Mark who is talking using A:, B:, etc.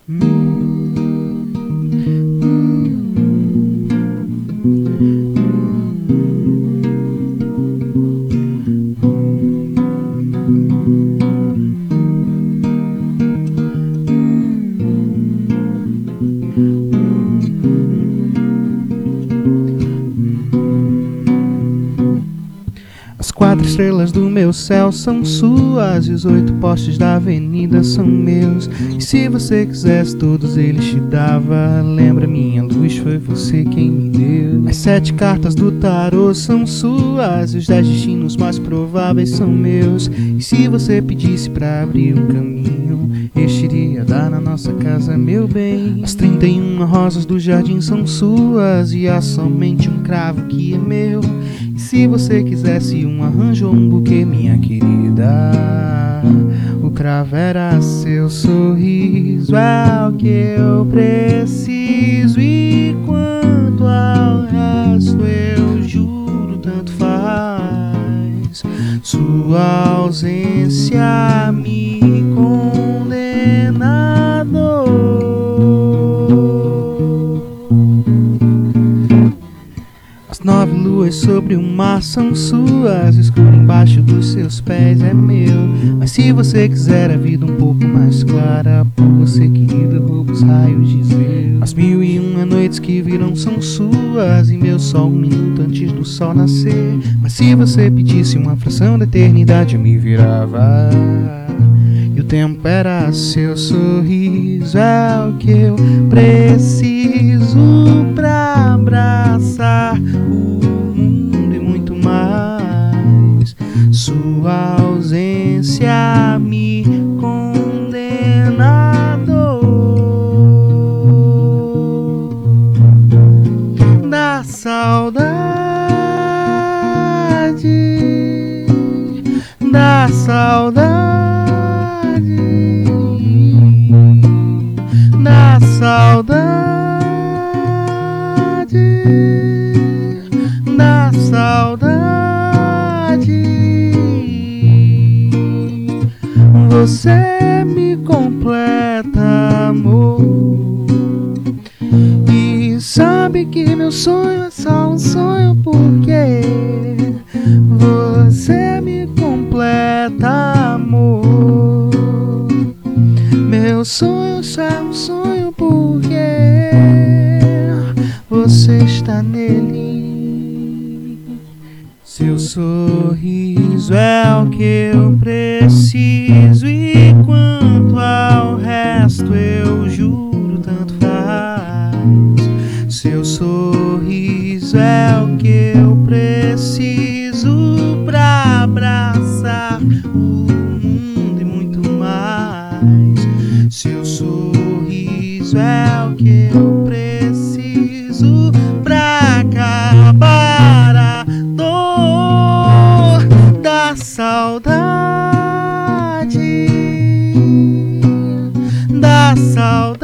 A: As 4 estrelas do meu céu são suas e os 8 postes da avenida são meus. E se você quisesse todos eles te dava. Lembra, minha luz, foi você quem me deu. As 7 cartas do tarô são suas e os 10 destinos mais prováveis são meus. E se você pedisse pra abrir um caminho, eu iria dar na nossa casa, meu bem. As 31 rosas do jardim são suas e há somente um cravo que é meu. E se você quisesse um arranjo ou um buquê, minha querida, o cravo era seu sorriso. É o que eu preciso e quanto ao resto eu juro tanto faz. Sua ausência me condena à dor. As 9 luas sobre o mar são suas, o escuro embaixo dos seus pés é meu. Mas se você quiser a vida um pouco mais clara, por você, querida, roubo os raios de Zeus. As 1001 noites que virão são suas e meu sol 1 minuto antes do sol nascer. Mas se você pedisse uma fração da eternidade, eu me virava e o tempo era seu sorriso. É o que eu preciso pra abraçar o mundo e muito mais. Sua ausência me condena à dor da saudade, da saudade, da saudade, da saudade. Você me completa, amor, e sabe que meu sonho é só um sonho porque você me completa, amor. Meu sonho só é um sonho porque você está nele. Seu sorriso é o que eu preciso e quanto ao resto eu juro tanto faz. Seu sorriso é o que eu preciso pra abraçar o mundo e muito mais. Seu sorriso é o que eu preciso pra acabar a dor da saudade, da saudade.